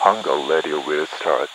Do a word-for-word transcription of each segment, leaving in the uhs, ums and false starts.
Hunger Radio will start.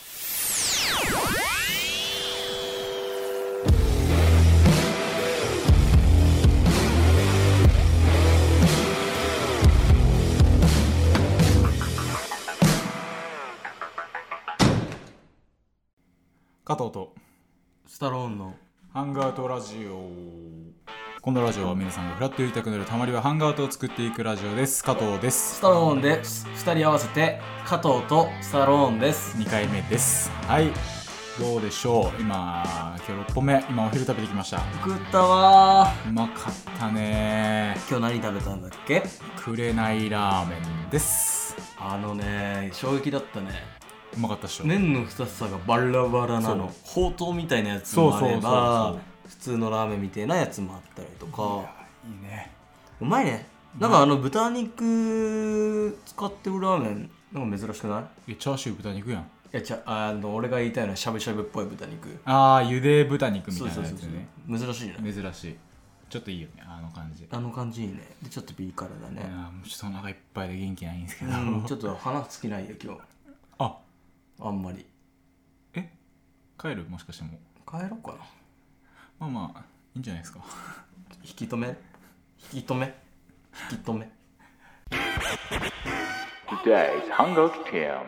加藤とスタローンのハンガーアウトラジオ。このラジオは皆さんがフラッと言いたくなるたまりはハンガーアウトを作っていくラジオです。加藤です。 スタローンです。ふたり合わせて加藤とスタローンです。 にかいめです。はい、どうでしょう。今今日ろっぽんめ、今お昼食べてきました。 食ったわー。うまかったね。 今日何食べたんだっけ？ くれないラーメンです。 あのね、衝撃だったね。 うまかったっしょ。 麺の太さがバラバラなの。ほうとうみたいなやつもあれば、普通のラーメンみたいなやつもあったりとか。 いいね。 うまいね。なんかあの豚肉使ってるラーメンなんか珍しくない？ いやチャーシュー豚肉やん。 いやちゃあの俺が言いたいのはしゃぶしゃぶっぽい豚肉。 ああ、ゆで豚肉みたいなやつね。 そうそうそうそう珍しいね。 珍しい。ちょっといいよね、あの感じ。 あの感じいいね。でちょっとピリ辛だね。 いやもうちょっとお腹いっぱいで元気ないんですけど、 うん、ちょっと鼻つきないよ今日。 ああんまり。 え帰る？もしかしても帰ろうかな。 まあまあいいんじゃないですか。 引き止め引き止め引き止め Today's Hunger Team.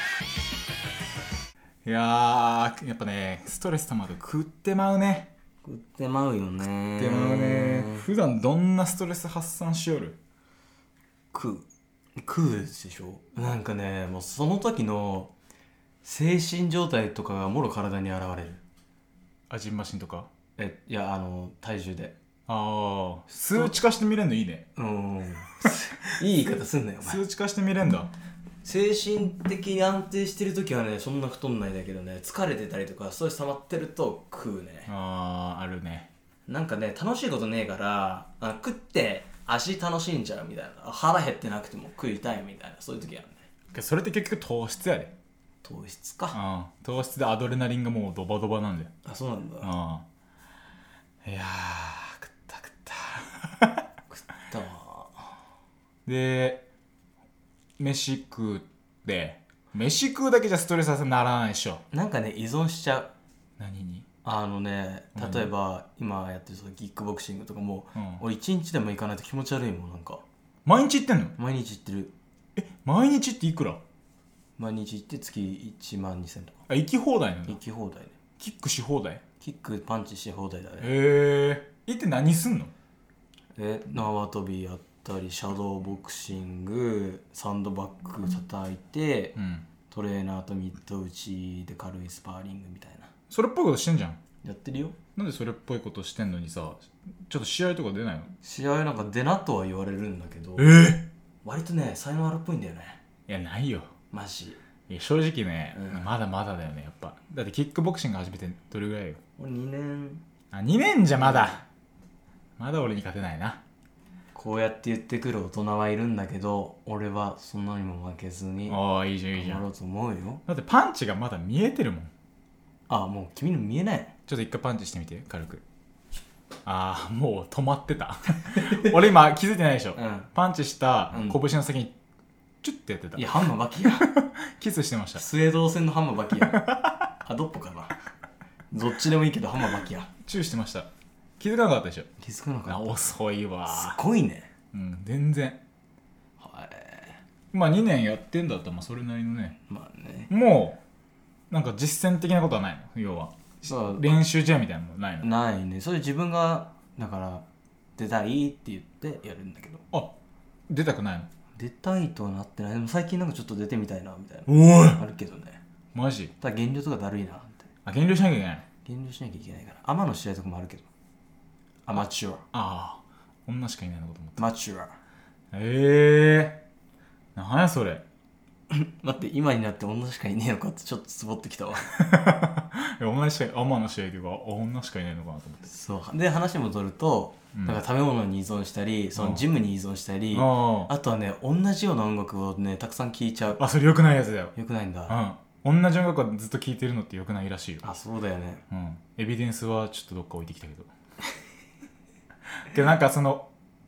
いやーやっぱね、ストレス溜まると食ってまうね。 食ってまうよね。 食ってまうね。普段どんなストレス発散しよる？ 食う食うでしょ。なんかね、もうその時の精神状態とかがもろ体に現れる。 あ、ジンマシンとか？ えいやあの体重で。 ああ、数値化して見れんのいいね。 うんいい言い方すんなよお前。 数値化して見れんだ。 精神的に安定してる時はねそんな太んないんだけどね、疲れてたりとかストレス溜まってると食うね。 ああ、あるね。 なんかね楽しいことねえからあ食って足楽しんじゃうみたいな。腹減ってなくても食いたいみたいな、そういう時あるね。 それって結局糖質やで。 糖質か。 ああ、糖質でアドレナリンがもうドバドバなんだよ。 あ、そうなんだ。 ああ、いやー食った食った食ったわ。 で飯食うって飯食うだけじゃストレス発散ならないでしょ。 なんかね依存しちゃう。 何に？ あのね例えば今やってるそのキックボクシングとかも、うん、俺一日でも行かないと気持ち悪いもん。なんか毎日行ってんの？ 毎日行ってる。 え、毎日っていくら？ 毎日行って月いちまんにせんとか。 あ、行き放題なの？ 行き放題ね。 キックし放題？ キックパンチし放題だね。 へえ。行って何すんの？ え、縄跳びやったりシャドーボクシング、サンドバッグ叩いて、うん、トレーナーとミット打ちで軽いスパーリングみたいな。 それっぽいことしてんじゃん。 やってるよ。 なんでそれっぽいことしてんのにさ、ちょっと試合とか出ないの？ 試合なんか出なとは言われるんだけど、 えー、 割とね才能あるっぽいんだよね。 いやないよマジ。 いや正直ね、 うん、 まだまだだよねやっぱ。だってキックボクシング始めてどれぐらいよ？ 俺にねん。 あ、にねんじゃまだ、うん、まだ俺に勝てないな。 こうやって言ってくる大人はいるんだけど、俺はそんなにも負けずにああいいじゃんいいじゃん頑張ろうと思うよ。 だってパンチがまだ見えてるもん。 あ、もう君に見えない。 ちょっと一回パンチしてみて軽く。ああもう止まってた俺今気づいてないでしょ、うん、パンチした拳の先にチュッてやってた。 いやハンマーバキやキスしてました。 スウェード戦のハンマーバキやあ、どっぽかなどっちでもいいけどハンマーバキや。 チューしてました。気づかなかったでしょ？ 気づかなかった。 遅いわ。 すごいね。 うん、全然。 はい。 まあにねんやってんだったらまあそれなりのね。 まあね。 もうなんか実践的なことはないの？要は練習試合みたいなのないの？ ないね。それ自分がだから出たいって言ってやるんだけど。 あ、出たくないの？出たいとはなってない。でも最近なんかちょっと出てみたいなみたいな。 おい。 あるけどね。 マジ？ ただ減量とかだるいなって。 あ、減量しなきゃいけない。 減量しなきゃいけないから。アマの試合とかもあるけど。アマチュア。 ああ、女しかいないのかと思った。 マチュア。 ええー。なんやそれ。 待って、今になって女しかいねえのかってちょっとつぼってきたわいや女しかアマの試合というか女しかいないのかなと思って。 そうで話戻ると、うん、なんか食べ物に依存したりそのジムに依存したり、あ, あとはね同じような音楽をねたくさん聴いちゃう。 あ、それ良くないやつだよ。 良くないんだ。 うん、同じ音楽をずっと聴いてるのって良くないらしいよ。 あ、そうだよね。 うん、エビデンスはちょっとどっか置いてきたけどけどなんかその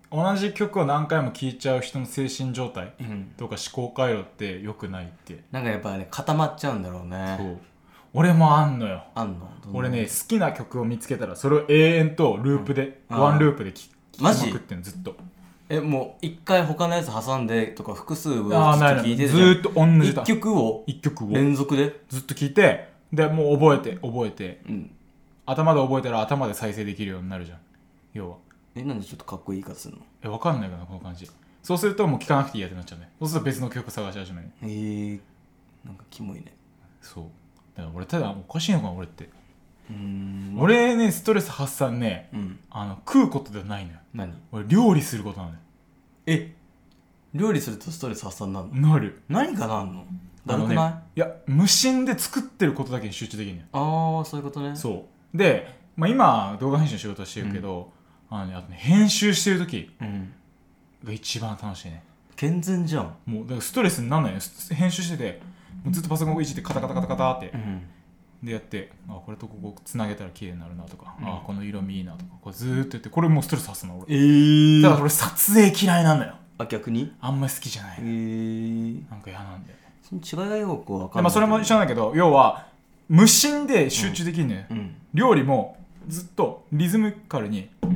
同じ曲を何回も聴いちゃう人の精神状態うんとか思考回路って良くないって。 なんかやっぱね固まっちゃうんだろうね。 そう俺もあんのよ。 あんの俺ね好きな曲を見つけたらそれを永遠とループで、うん、ワンループで聴きまくってんのずっと。 えもう一回他のやつ挟んでとか複数を聴いてずーっと同じ一曲を一曲を連続でずっと聴いて、でもう覚えて覚えて、 うん、 頭で覚えたら頭で再生できるようになるじゃん要は。 えなんでちょっとかっこいい言い方するの？ えわかんないかなこの感じ。そうするともう聴かなくていいやってなっちゃうね。そうすると別の曲探し始める。 へえー、なんかキモいね。 そうだから俺ただおかしいのかな俺って。 うーん俺ねストレス発散ね、 うん、 あの食うことではないのよ。 何？ 俺料理することなのよ。 え料理するとストレス発散なの？ なる。 何かなんの？だるくない？ ね、いや無心で作ってることだけに集中できるのよ。 ああそういうことね。 そうで、まあ、今動画編集の仕事してるけど、うん、あのね、あとね編集してる時が一番楽しいね。 健全じゃん。 もうだからストレスになんないよ。編集しててもうずっとパソコンをいじってカタカタカタカタって、うん、でやって、あこれとここつなげたら綺麗になるなとか、うん、あこの色味いいなとかこれずーっとやって、これもうストレス発散なの俺。えー、ただ俺撮影嫌いなんだよ。 あ逆にあんまり好きじゃない。 えー、 なんか嫌なんだよね。 その違いがよく分かんない。 まあそれも一緒なんだけど、要は無心で集中できるのよ、うんうん、料理もずっとリズミカルに、うんうん、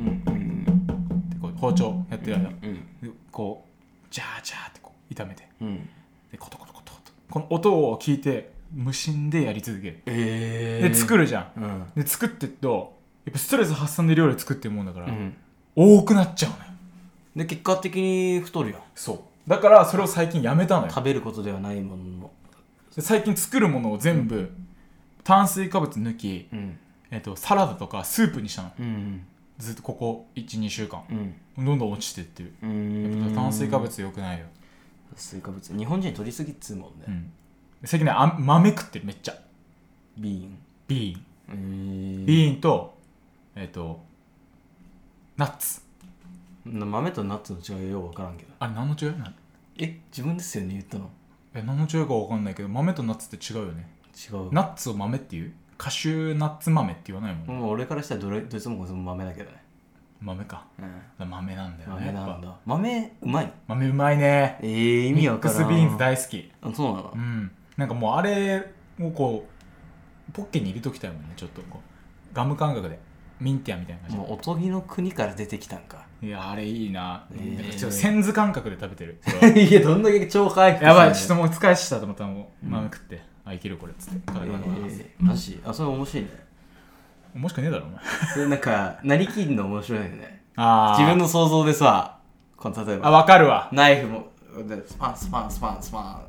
でこう包丁やってる間、うんうん、こうジャージャーってこう炒めて、うん、でコトコトコトコトこの音を聞いて無心でやり続ける、えー、で作るじゃん、うん、で作ってっとやっぱストレス発散で料理作ってるもんだから、うん、多くなっちゃうのよ。 で結果的に太るよ。 そうだからそれを最近やめたのよ。 食べることではないものの最近作るものを全部、うん、炭水化物抜き、うんえー、とサラダとかスープにしたの、うんうん、ずっとここ いち,に 週間、うん、どんどん落ちてってる。うーんやっぱ炭水化物良くないよ。 炭水化物日本人取りすぎっつうもんね、うん、 最近ねあ豆食ってるめっちゃ。 ビーンビーンビーンとえっ、ー、とナッツ。 豆とナッツの違いがよく分からんけど。 あれ何の違いなの？ え自分ですよね言ったの。 え何の違いか分かんないけど豆とナッツって違うよね。 違う。 ナッツを豆っていうカシューナッツ豆って言わないもん、ね、 もう俺からしたらどれどいつもこいつも豆だけどね。 豆か、うん、豆なんだよね。 豆なんだ。豆うまい。 豆うまいね。 えー、意味わからん。 ミックスビーンズ大好き。 あそうなの。 うんなんかもうあれをこうポッケに入れときたいもんね。ちょっとこうガム感覚でミンティアみたいな感じ。 もうおとぎの国から出てきたんか。 いやあれいいな、えー、ちょっとセンズ感覚で食べてる。 いやどんだけ超回復。 やばいちょっともう疲れしたと思ったらもう豆食って、うん、あいけるこれっつって、 えー、マジあそれ面白いね。 面白くねえだろお前。 それなんかなりきんの面白いよね。あ自分の想像でさこの例えばあ分かるわ。 ナイフもスパンスパンスパンスパン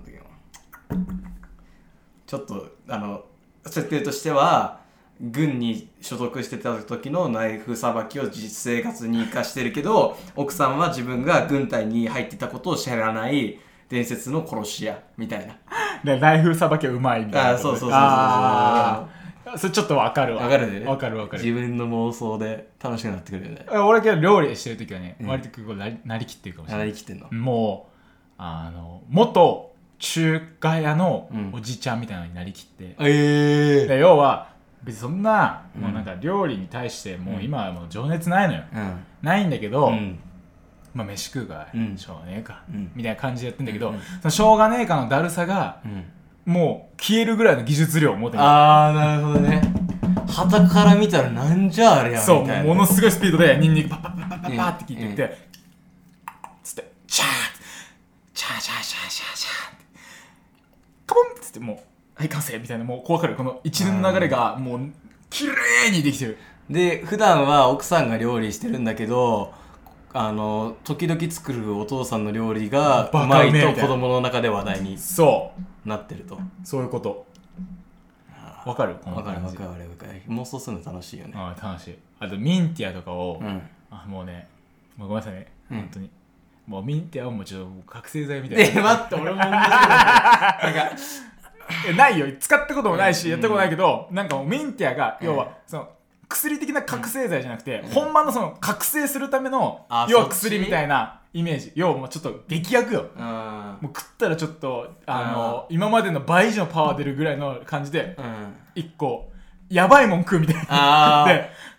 ちょっとあの設定としては軍に所属してた時のナイフさばきを実生活に生かしてるけど奥さんは自分が軍隊に入ってたことを知らない伝説の殺し屋みたいな。 でナイフさばきはうまいみたいな。 あそうそうそうそうあそれちょっと分かるわ。 分かるね。 分かる分かる。 自分の妄想で楽しくなってくるよね。 俺は料理してる時はね、うん、割とこうなり、なりきってるかもしれない。 なりきってんの。 もうあの元中華屋のおじちゃんみたいなのになりきって、うん、えー、で要は別にそんな、うん、もうなんか料理に対してもう今はもう情熱ないのよ、うん、ないんだけど、うん、まあ飯食うから、うん、しょうがねえか、うん、みたいな感じでやってんだけど、うん、そのしょうがねえかのだるさが、うん、もう消えるぐらいの技術量を持ってる。 あーなるほどね。旗から見たらなんじゃあれやみたいな。 そうものすごいスピードでニンニクパッパッパッパッパッパッって切っていって、うん、つってチャーチャーチャーチャーチャーチャーってカポンっつってもうはい完成みたいな。もうこう分かるこの一連の流れがもう綺麗にできてる。 で普段は奥さんが料理してるんだけどあの時々作るお父さんの料理がうまいと子供の中で話題になってると。 そういうこと。わかる？ わかるわかるわかる。妄想するの楽しいよね。 ああ楽しい。あとミンティアとかを、うん、あもうねもうごめんなさいね、うん、本当にもうミンティアはもうちょっと覚醒剤みたいな。 え待って俺も同じなんかないよ使ったこともないし、うん、やったことないけど、なんかもうミンティアが、うん、要はその薬的な覚醒剤じゃなくて、うん、ほんまのその覚醒するための、うん、要は薬みたいなイメージ。要はもうちょっと劇薬よ、うん、もう食ったらちょっとあの、うん、今までの倍以上パワー出るぐらいの感じで、うん、一個やばいもん食うみたいなで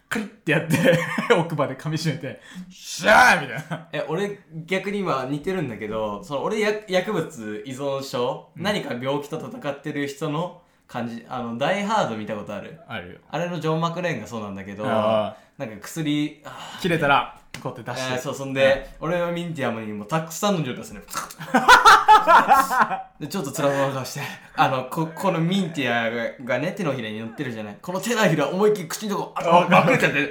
カリッてやって奥歯で噛みしめてシャーみたいな。 え俺逆に今似てるんだけど、その俺や薬物依存症、うん、何か病気と戦ってる人の感じ、あのダイハード見たことある？ あるよ。 あれのジョン・マクレーンがそうなんだけど、なんか薬切れたらこうやって出して、えー、 そうそんで、うん、俺はミンティアムにもたくさんの量出すねでちょっとつらまがしてあの こ, このミンティア が, がね手のひらに乗ってるじゃない。この手のひら思いっきり口のとこああ開けちゃって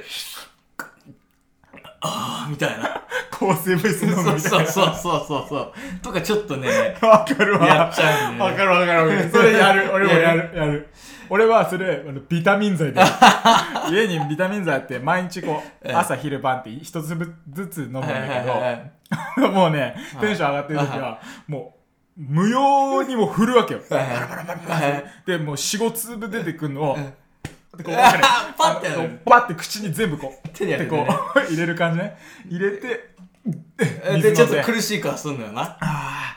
あーみたいな抗生物質飲むみたいなそうそうそうそうそうとかちょっとねわかるわやっちゃうんだよね。 わかるわかるわかるそれやる俺もやるやる俺はそれあのビタミン剤で家にビタミン剤あって毎日こう朝昼晩って一粒ずつ飲むんだけどもうねテンション上がってる時はもう無用にも振るわけよでもう よん,ご 粒出てくるのをでこうパッてやるパッて口に全部こう手でやる、ね、 こう入れる感じね入れてでちょっと苦しい顔すんのよな。 あ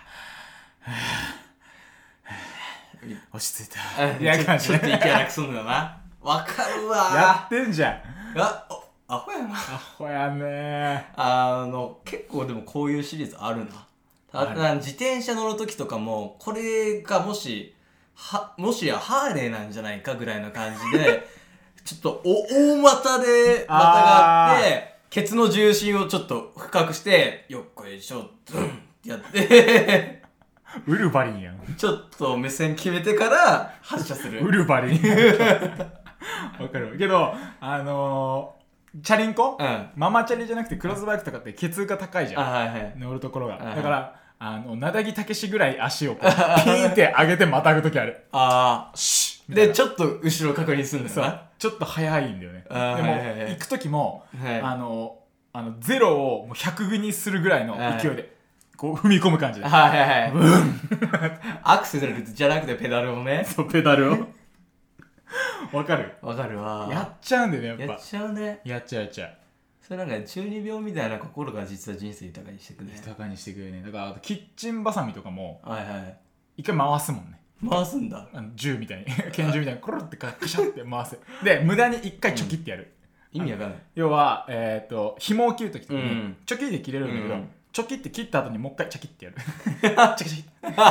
落ち着いたいや感じちょっと息荒くすんのよな。わかるわやってんじゃん。 あアホやな。アホやね。 あの結構でもこういうシリーズあるな。た自転車乗る時とかもこれがもしはもしやハーレーなんじゃないかぐらいの感じでちょっとお大股で股があってケツの重心をちょっと深くしてよっこいしょドンってやってウルヴァリンやん。 ちょっと目線決めてから発射する。 ウルヴァリンわかるけどあのー、チャリンコ、うん、ママチャリじゃなくてクロスバイクとかってケツが高いじゃん、 はいはい、 乗るところが、 はいはい、 だからあのなだぎたけしぐらい足をこうピーンって上げてまたぐときある。 ああシッでちょっと後ろ確認するんだよな。 ちょっと早いんだよね。でも、はいはいはい、行くときも、はい、あのあのゼロをもうひゃくにするぐらいの勢いで、はい、こう踏み込む感じで、 はいはいはい、ブンアクセルじゃなくてペダルをね。 そうペダルをわかるわかるわ。 やっちゃうんだよねやっぱ。 やっちゃうね。 やっちゃうやっちゃう。 それなんか中二病みたいな心が実は人生豊かにしてくれる。 豊かにしてくれるね。だからキッチンバサミとかも、 はいはい、 一回回すもんね。 回すんだ。 あの銃みたいに拳銃みたいにコロってカシャって回す。で無駄に一回チョキってやる、 うん、意味わかんない。 要はえっ、ー、と紐を切るときとかに、うん、チョキで切れるんだけど、うん、チョキって切った後にもう一回チャキってやるチャキチャキ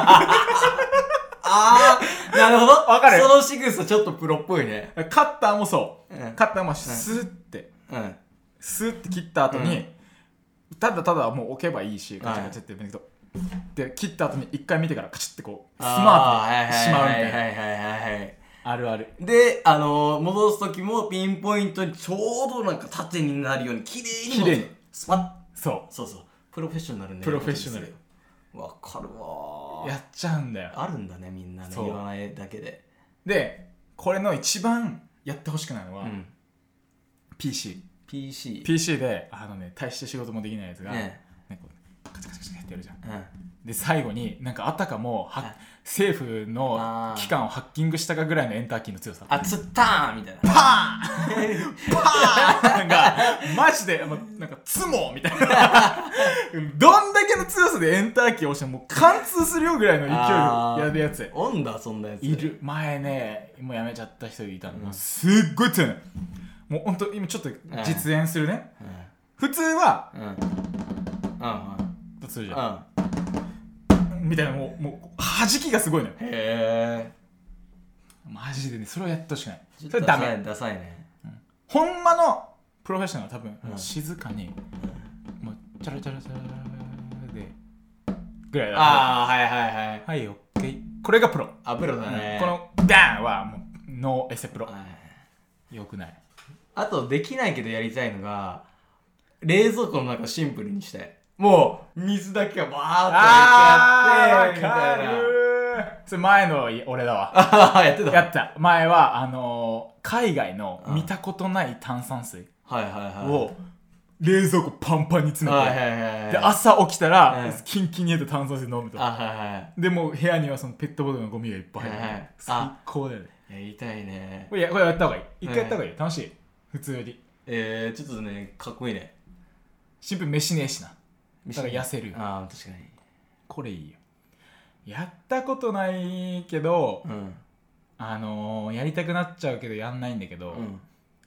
あーなるほど。 わかる。 その仕草ちょっとプロっぽいね。 カッターもそう、 うん、 カッターもスーって、うん、スーって切った後に、うん、ただただもう置けばいいしカチャカチャってやるんだけど、で切った後に一回見てからカチッってこうスマートにしまうみたいな。 はいはいはいはい。 あるある。 で、あのー、戻す時もピンポイントにちょうどなんか縦になるように綺麗に綺麗にスパッ。 そうそうそう。プロフェッショナルね。 プロフェッショナル。 わかるわ。 やっちゃうんだよ。 あるんだねみんなね。言わないだけで。 で、これの一番やってほしくないのは、うん、ピーシー。 ピーシー。 ピーシー であのね大して仕事もできないやつが、ねね、こうカチャカチャカチャってやるじゃん。うん、で最後になんかあたかもは政府の機関をハッキングしたかぐらいのエンターキーの強さ。 あツッターンみたいな。 パーンパーンがマジでなんかツモみたいなどんだけの強さでエンターキーを押してもう貫通するよぐらいの勢いでやるやつ。 おんだそんなやつ。 いる。前ねもうやめちゃった人いたの、うん、すっごい強いの。もうほんと今ちょっと実演するね、うんうん、普通はうんうんうんとするじゃん、うん、みたいなもうもう弾きがすごいのよ。 へえマジでねそれをやってほしくない。 それダメ。ダサいね、 うん、ほんまのプロフェッショナルは多分、うん、もう静かに、うん、もうチャラチャラチャラでぐらいだ。 ああはいはいはいはいオッケー。これがプロ。 あプロだね、 うん、このダーンはもうノーエセプロ、はい、よくない。 あとできないけどやりたいのが冷蔵庫の中シンプルにしたい。もう水だけがバーッとやってみたいな。 それ前の俺だわやってたやった前はあのー、海外の見たことない炭酸水を冷蔵庫パンパンに詰めて、で朝起きたらキンキンに冷えた炭酸水飲むと。でもう部屋にはそのペットボトルのゴミがいっぱい入ってる。最高だよね。 やりたいね。 これ や, これやった方がいい。一回やった方がいい。楽しい普通より。 えー、ちょっとねかっこいいね。 シンプル飯ねえしな。だから痩せるよ。 ああ確かにこれいいよ。やったことないけど、うん、あのー、やりたくなっちゃうけどやんないんだけど、うん、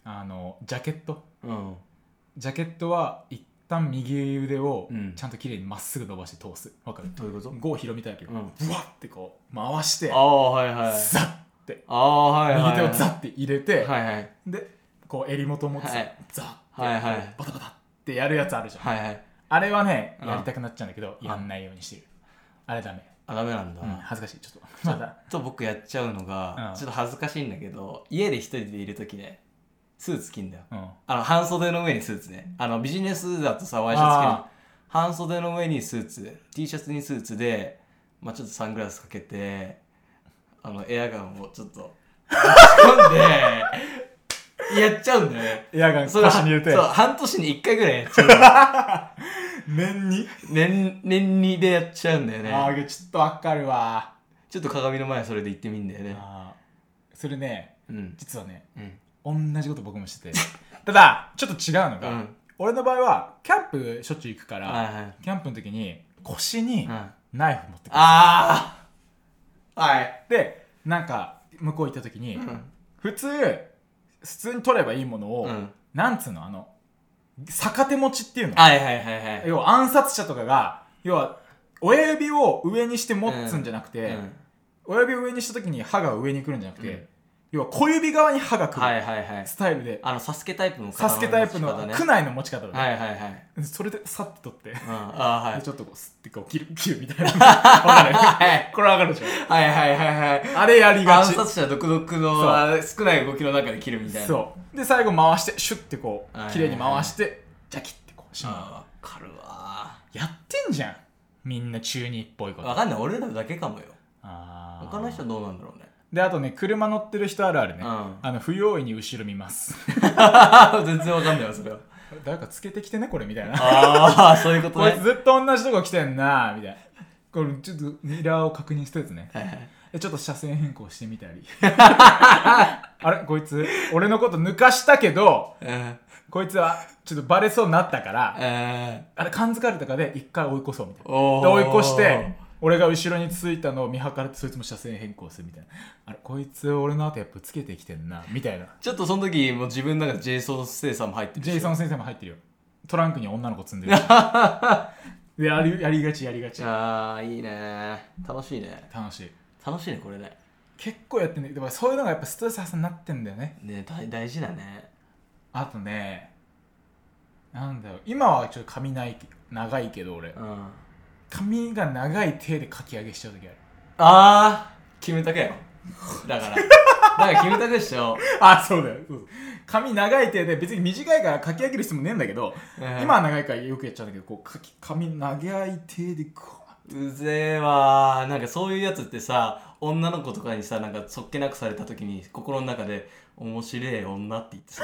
あのジャケットうんジャケットは一旦右腕をうんちゃんと綺麗にまっすぐ伸ばして通す。わかる？ どういうこと？ 郷ひろみたいだけど、 うんブワッてこう回してああはいはいザッてああはいはい右手をザッて入れて、 はいはいでこう襟元を持つ、 はいザッて、 はいはいバタバタってやるやつあるじゃん、 はいはいあれはねうんやりたくなっちゃうんだけど、やんないようにしてる。あれダメ、 あダメなんだ、 うん、恥ずかしい。ちょっとちょっまだと僕やっちゃうのが、 うんちょっと恥ずかしいんだけど、家で一人でいるときねスーツ着んだよ。 うんあの半袖の上にスーツね、あのビジネスだとさワイシャツ着る、 あ半袖の上にスーツ T シャツにスーツで、まあ、ちょっとサングラスかけてあのエアガンをちょっと打ち込んでやっちゃうんだよね。 エアガンそれは腰に入れてそう半年にいっかいぐらいやっちゃう年に、 年年にでやっちゃうんだよね。 ああちょっとわかるわ。 ちょっと鏡の前それで言ってみんだよね。 あそれねうん実はねうん同じこと僕もしててただちょっと違うのが、 うん俺の場合はキャンプしょっちゅう行くから、 はいはいキャンプの時に腰にうんナイフ持ってくる、 ああはいでなんか向こう行った時に、 うん普通普通に取ればいいものを、 うんなんつうのあの逆手持ちっていうの、 はいはいはいはい要は暗殺者とかが要は親指を上にして持つんじゃなくて、 うん親指を上にした時に刃が上に来るんじゃなくて、うん、要は小指側に刃が来る、 はいはいはいスタイルで、 あのサスケタイプのサスケタイプのね、 区内の持ち方で、 はいはいはいそれでさって取って、 うんあーはいでちょっとこうスッてこう切る切るみたいなわかるはいこれわかるでしょ。 はいはいはいはいあれやりがち。 暗殺者独特のあれ少ない動きの中で切るみたいな。 そうで最後回してシュッてこはいはいはいう綺麗に回してジャキッてこうしまう。 あーわかるわやってんじゃんみんな中二っぽいこと。 わかんない俺らだけかもよ。 あー他の人どうなんだろうね。 であとね車乗ってる人あるあるね、 うんあの不用意に後ろ見ます全然わかんないわそれは。 誰かつけてきてねこれみたいなああそういうことこいつね。 ずっと同じとこ来てんなみたいな、これちょっとミラーを確認したやつね、 はいはいでちょっと車線変更してみたりあれこいつ俺のこと抜かしたけどうんこいつはちょっとバレそうになったからえあれ感づかれたかで一回追い越そうみたいな。 おーで追い越して俺が後ろについたのを見計らってそいつも車線変更するみたいな。あれこいつ俺の後やっぱつけてきてんなみたいな。 ちょっとその時もう自分の中でジェイソン・ステイさんも入ってる。 ジェイソン先生も入ってるよ。トランクに女の子積んでるでやりやりがちやりがち。 ああいいね楽しいね楽しい。 楽しいねこれね。 結構やってんだけどそういうのがやっぱストレス発散になってんだよね。 ね大大事だね。 あとねなんだよ今はちょっと髪ない長いけど俺うん髪が長い手でかき上げしちゃう時ある。 あー決めたかよだからだから決めたかでしょあ、そうだよ。そうそう髪長い手で別に短いからかき上げる必要もねえんだけど、 うん今は長いからよくやっちゃうんだけど、こうかき髪長い手でこうぜえわー。なんかそういうやつってさ女の子とかにさなんかそっけなくされた時に心の中で面白い女って言ってさ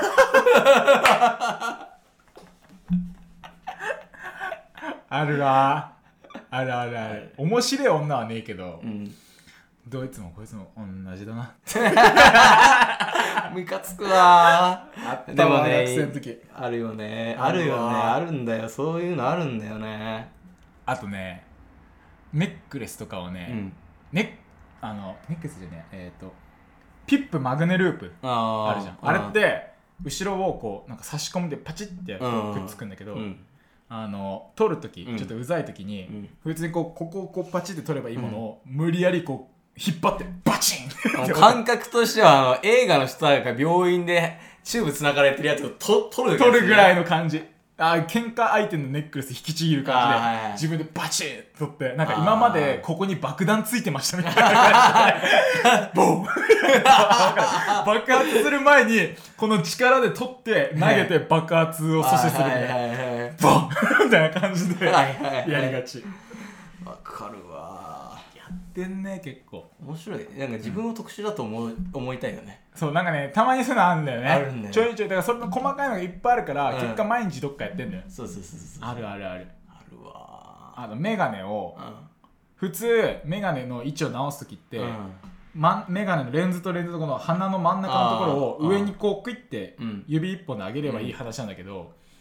あるわあるあるある。面白い女はねえけど、 うんどいつもこいつも同じだな。 ムカつくわー。 あったでもわね学生の時。 あるよねあるわあるよねあるんだよそういうのあるんだよね。 あとね、ネックレスとかをね、 うんネあのネックレスじゃねえ、えっ、ー、とピップマグネループあーあるじゃん。あれって後ろをこうなんか差し込んでパチッてやるうんとくっつくんだけど。 うんあの取るとき、 うんちょっとうざいときに、 うん普通にこうここをこうパチって取ればいいものを、無理やりこう引っ張ってバチンって感覚としてはあの映画の人が病院でチューブ繋がれてるやつをと取る取るぐらいいの感じ。あ喧嘩相手のネックレス引きちぎる感じで、 あーはいはい自分でバチン取ってなんか今までここに爆弾ついてましたみたいな感じでボン爆発する前にこの力で取って投げて爆発を阻止するみたいな、 はいはいはいはいボンみたいな感じではいはいはいやりがち。 わかるわやってんね結構。 面白いなんか自分を特殊だと思う思いたいよね。 そうなんかねたまにそういうのあるんだよね。 あるんだよちょいちょいだからそれの細かいのがいっぱいあるから、 うん結果毎日どっかやってんだよ。 そうそうそうそうあるあるある。 あるわあのメガネをう普通メガネの位置を直す時って、 んうんま、メガネのレンズとレンズとこの鼻の真ん中のところをあー上にこうクイってうん指一本で上げればいい話なんだけど、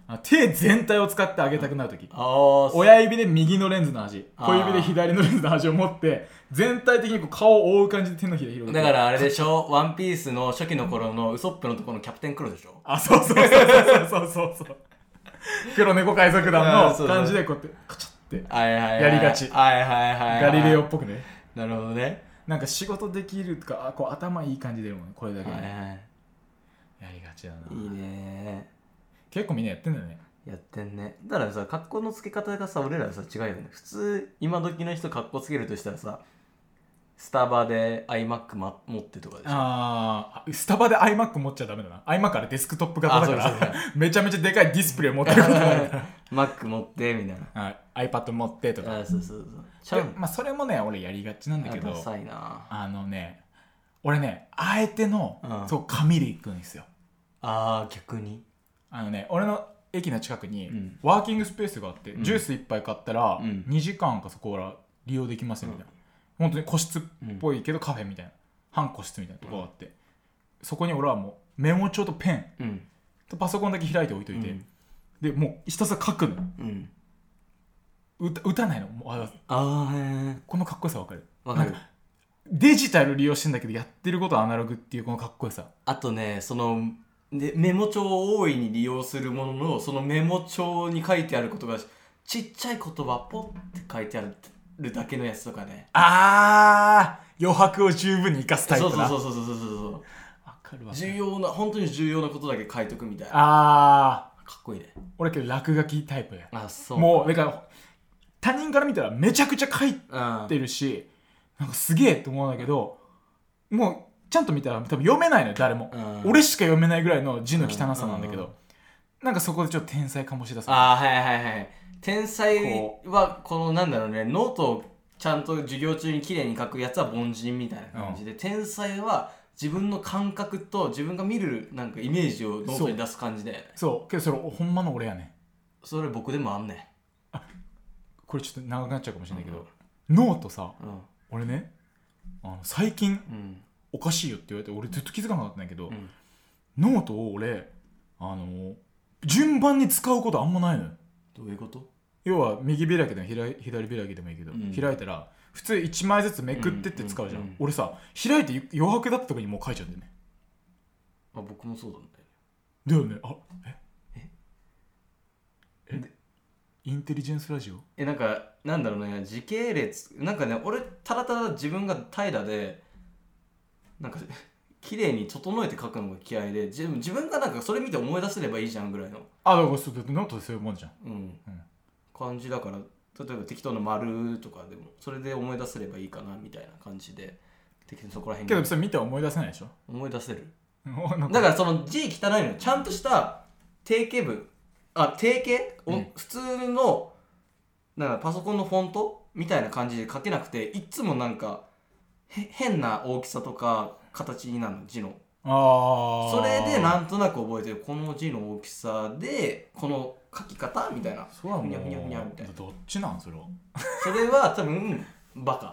あ手全体を使ってあげたくなるとき、 あー親指で右のレンズの端、 あー小指で左のレンズの端を持って全体的にこう顔を覆う感じで手のひら広げて、 だからあれでしょ、ワンピースの初期の頃のウソップのところのキャプテンクロでしょ。 あ、そうそうそうそうそうそうそう黒猫海賊団のあーそうそう感じでこうやってカチャってはいはいはい、 やりがちはいはいはい、はい、 ガリレオっぽくね、 なるほどね。 なんか仕事できるとか、あこう頭いい感じ出るもんね、これだけで、 はいはい、 やりがちだな。 いいね。 結構みんなやってんだよね。 やってんね。だからさ、格好のつけ方がさ、俺らさ違うよね。普通今時の人格好つけるとしたらさ、スタバで iMac、ま、持ってとかでしょ。 あー、スタバで iMac 持っちゃダメだな。iMac あれデスクトップ型だかあそうそうらめちゃめちゃでかいディスプレイ持ってることがあるから Mac 持ってみたいな。 はい、iPad 持ってとか。 あそうそうそう。ちゃうでまあそれもね俺やりがちなんだけど、 ダサいな。 あのね俺ねあえての、 うんそう紙で行くんですよ。 あー逆に。 あのね俺の駅の近くにうんワーキングスペースがあって、 うんジュースいっぱい買ったらうんにじかんかそこから利用できますよみたいな、本当に個室っぽいけどカフェみたいな半個室みたいなとこがあって、そこに俺はもうメモ帳とペンうんとパソコンだけ開いて置いといて、 うんでもうひたすら書くの、 うん歌打たないの。もうああーへこのかっこよさわかる？ ーわかる。 デジタル利用してんだけどやってることはアナログっていうこのかっこよさ。 あとね、そのでメモ帳を大いに利用するものの、そのメモ帳に書いてあることがちっちゃい言葉ポッて書いてあるだけのやつとかね。 あー余白を十分に生かすタイプな。 そうそうそうそうそうそう。 わかるわ。 重要な、本当に重要なことだけ書いとくみたいな。 あーかっこいいね。 俺けど落書きタイプや。 あ、そう。 もうだから他人から見たらめちゃくちゃ書いうん、 てるし、なんかすげえと思うんだけど、もうちゃんと見たら多分読めないのよ誰も、 うん俺しか読めないぐらいの字の汚さなんだけど、なんかそこでちょっと天才醸し出す。 あーはいはいはい。天才こはこのなんだろうね、ノートをちゃんと授業中に綺麗に書くやつは凡人みたいな感じで、天才は自分の感覚と自分が見るなんかイメージをノートに出す感じだよね。 そうけどそれほんまの俺やね。 それ僕でもあんねん。 これちょっと長くなっちゃうかもしれないけど、ノートさ、 うん俺ねあの最近うんおかしいよって言われて俺ずっと気づかなかったんだけど、 うんノートを俺あの順番に使うことあんまないのよ。 どういうこと？ 要は右開きでも左左開きでもいいけど、 うん開いたら普通いちまいずつめくってって使うじゃん、 うんうんうん俺さ開いて余白だったとこにもう書いちゃうんだよね。 あ、僕もそうなんだよ。 だよね。あえええインテリジェンスラジオ。 え、なんかなんだろうね、時系列なんかね、俺ただただ自分が平らでなんか綺麗に整えて書くのが嫌いで、自分自分がなんかそれ見て思い出せればいいじゃんぐらいの、 あだからそうノートでそういうもんじゃん。 うんうん感じだから、例えば適当な丸とかでもそれで思い出せればいいかなみたいな感じで、適当にそこらけ辺にどそれ見て思い出せないでしょ。 思い出せる。 なんだからその字汚いのよ。ちゃんとした定型文、あ定型、 うん普通のなんかパソコンのフォントみたいな感じで書けなくて、いっつもなんかへ変な大きさとか形になるの、字の。 あそれでななんとなく覚えてる、この字の大きさでこの書き方みたいな。 それはもうふにゃふにゃふにゃみたいな。 どっちなんそれは。 それは多分バカ。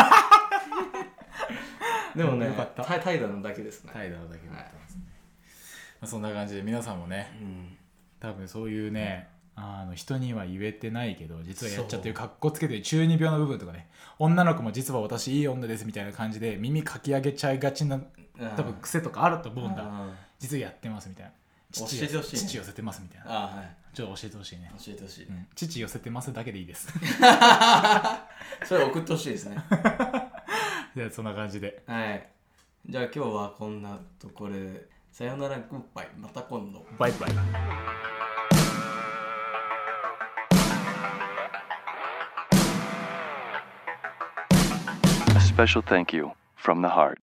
でもねよかった、 た怠惰なだけですね。 怠惰だけだったんですね、まあ、そんな感じで皆さんもねうん多分そういうねあの人には言えてないけど実はやっちゃってるかっこつけてる中二病の部分とかね、女の子も実は私いい女ですみたいな感じで耳かき上げちゃいがちな多分癖とかあると思うんだ、 あ実はやってますみたいな、父教えてほしいね父寄せてますみたいな、 あ、はいちょっと教えてほしいね、 教えてほしい、 うん、父寄せてますだけでいいですそれ送ってほしいですね。 じゃあそんな感じではい、じゃあ今日はこんなところでさよならグッバイ、また今度。 バイバイ。 A special thank you from the heart.